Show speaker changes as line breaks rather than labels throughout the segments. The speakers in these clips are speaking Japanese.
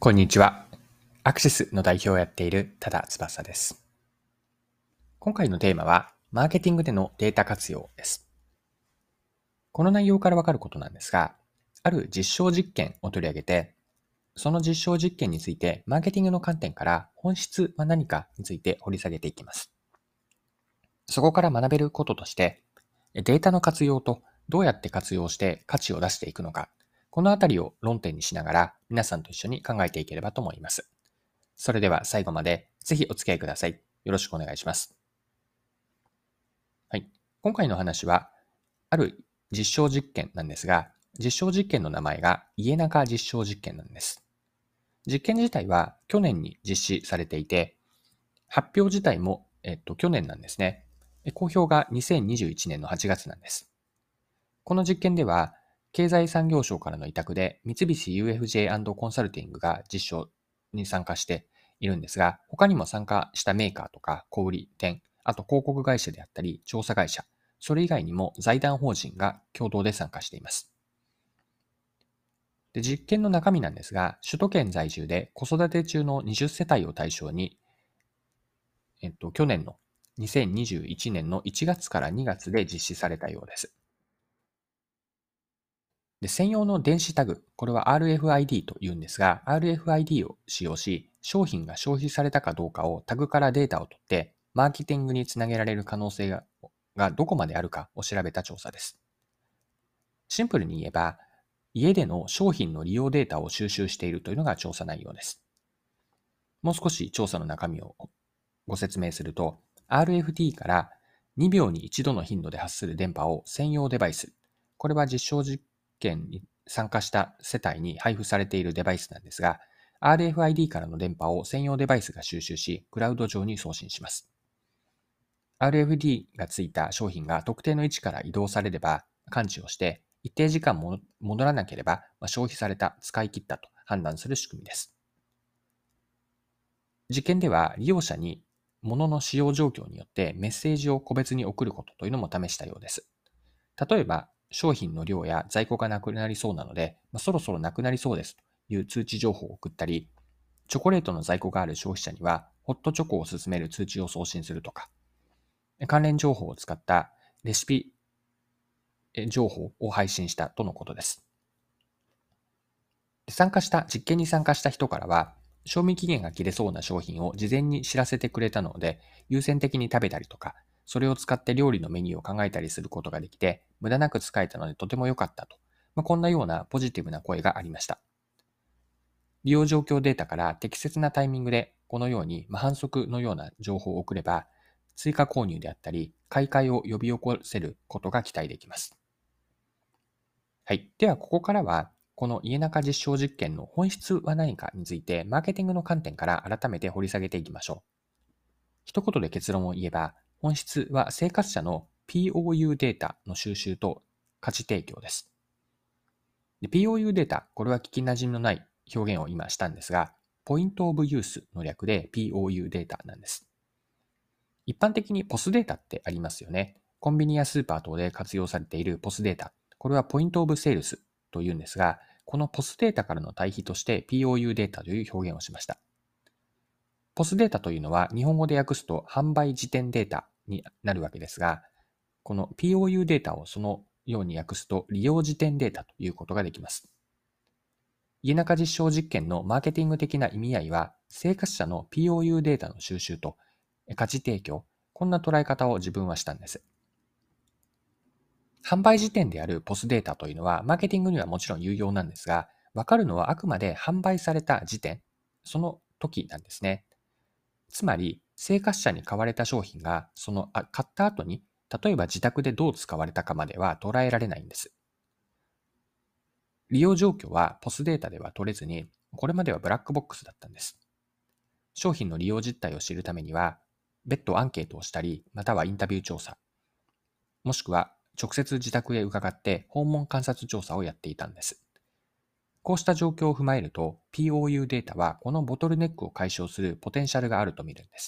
こんにちは。アクシスの代表をやっている多田翼です。今回のテーマは、マーケティングでのデータ活用です。この内容からわかることなんですが、ある実証実験を取り上げて、その実証実験について、マーケティングの観点から本質は何かについて掘り下げていきます。そこから学べることとして、データの活用とどうやって活用して価値を出していくのか、このあたりを論点にしながら皆さんと一緒に考えていければと思います。それでは最後までぜひお付き合いください。よろしくお願いします。はい。今回の話は、ある実証実験なんですが、実証実験の名前が家中実証実験なんです。実験自体は去年に実施されていて、発表自体も、去年なんですね。公表が2021年の8月なんです。この実験では、経済産業省からの委託で、三菱 UFJ& コンサルティングが実証に参加しているんですが、他にも参加したメーカーとか小売店、あと広告会社であったり、調査会社、それ以外にも財団法人が共同で参加しています。で、実験の中身なんですが、首都圏在住で子育て中の20世帯を対象に、去年の2021年の1月から2月で実施されたようです。で、専用の電子タグ、これは RFID と言うんですが、RFID を使用し、商品が消費されたかどうかをタグからデータを取って、マーケティングにつなげられる可能性がどこまであるかを調べた調査です。シンプルに言えば、家での商品の利用データを収集しているというのが調査内容です。もう少し調査の中身をご説明すると、RFD から2秒に1度の頻度で発する電波を専用デバイス、これは実証実験に参加した世帯に配布されているデバイスなんですが、RFID からの電波を専用デバイスが収集し、クラウド上に送信します。RFD がついた商品が特定の位置から移動されれば、感知をして、一定時間も戻らなければ、消費された、使い切ったと判断する仕組みです。実験では利用者に物の使用状況によってメッセージを個別に送ることというのも試したようです。例えば、商品の量や在庫がなくなりそうなので、そろそろなくなりそうですという通知情報を送ったり、チョコレートの在庫がある消費者には、ホットチョコを勧める通知を送信するとか、関連情報を使ったレシピ情報を配信したとのことです。実験に参加した人からは、賞味期限が切れそうな商品を事前に知らせてくれたので、優先的に食べたりとか、それを使って料理のメニューを考えたりすることができて、無駄なく使えたのでとても良かったと。こんなようなポジティブな声がありました。利用状況データから適切なタイミングで、このように反則のような情報を送れば、追加購入であったり、買い替えを呼び起こせることが期待できます。はい。では、ここからは、この家中実証実験の本質は何かについて、マーケティングの観点から改めて掘り下げていきましょう。一言で結論を言えば、本質は生活者の POU データの収集と価値提供です。で、 POU データ、これは聞き馴染みのない表現を今したんですが、ポイントオブユースの略で POU データなんです。一般的にポスデータってありますよね。コンビニやスーパー等で活用されているポスデータ。これはポイントオブセールスというんですが、このポスデータからの対比として POU データという表現をしました。ポスデータというのは日本語で訳すと販売時点データになるわけですが、この POU データをそのように訳すと利用時点データということができます。家中実証実験のマーケティング的な意味合いは、生活者の POU データの収集と価値提供、こんな捉え方を自分はしたんです。販売時点であるポスデータというのは、マーケティングにはもちろん有用なんですが、わかるのはあくまで販売された時点、その時なんですね。つまり、生活者に買われた商品が、買った後に、例えば自宅でどう使われたかまでは捉えられないんです。利用状況はポスデータでは取れずに、これまではブラックボックスだったんです。商品の利用実態を知るためには、別途アンケートをしたり、またはインタビュー調査、もしくは直接自宅へ伺って訪問観察調査をやっていたんです。こうした状況を踏まえると、POU データはこのボトルネックを解消するポテンシャルがあると見るんです。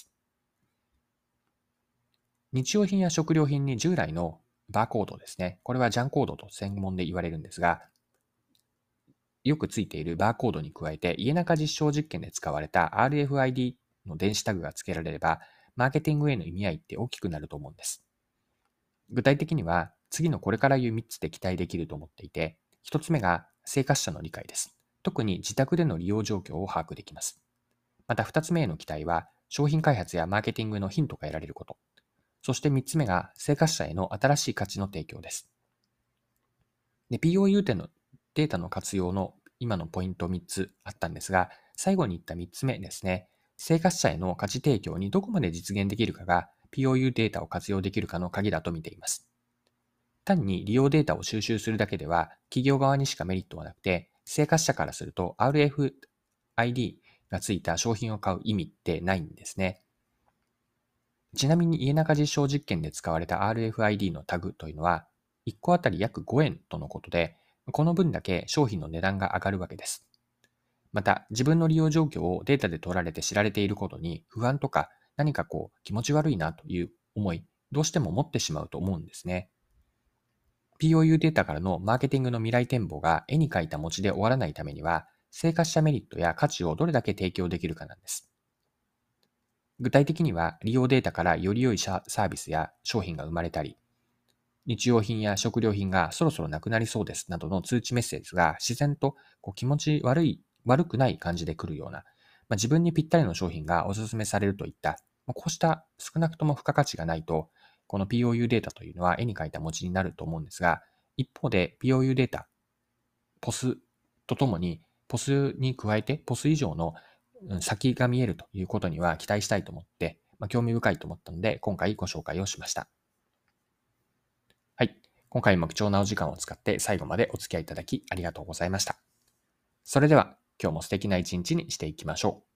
日用品や食料品に従来のバーコードですね。これはジャンコードと専門で言われるんですが、 よくついているバーコードに加えて、家中実証実験で使われた RFID の電子タグが付けられれば、マーケティングへの意味合いって大きくなると思うんです。具体的には、次のこれから言う3つで期待できると思っていて、1つ目が生活者の理解です。特に自宅での利用状況を把握できます。また2つ目への期待は、商品開発やマーケティングのヒントが得られること。そして3つ目が生活者への新しい価値の提供です。で、POU 点のデータの活用の今のポイント3つあったんですが、最後に言った3つ目ですね。生活者への価値提供にどこまで実現できるかが POU データを活用できるかの鍵だと見ています。単に利用データを収集するだけでは企業側にしかメリットはなくて、生活者からすると RFID がついた商品を買う意味ってないんですね。ちなみに家中実証実験で使われた RFID のタグというのは、1個あたり約5円とのことで、この分だけ商品の値段が上がるわけです。また、自分の利用状況をデータで取られて知られていることに不安とか何か気持ち悪いなという思い、どうしても持ってしまうと思うんですね。POU データからのマーケティングの未来展望が絵に描いた餅で終わらないためには、生活者メリットや価値をどれだけ提供できるかなんです。具体的には、利用データからより良いサービスや商品が生まれたり、日用品や食料品がそろそろなくなりそうですなどの通知メッセージが自然と気持ち悪くない感じで来るような、自分にぴったりの商品がお勧めされるといった、こうした少なくとも付加価値がないと、この POU データというのは絵に描いた文字になると思うんですが、一方で POU データ、ポスとともに、ポスに加えて、ポス以上の先が見えるということには期待したいと思って、興味深いと思ったので、今回ご紹介をしました。はい。今回も貴重なお時間を使って最後までお付き合いいただきありがとうございました。それでは今日も素敵な一日にしていきましょう。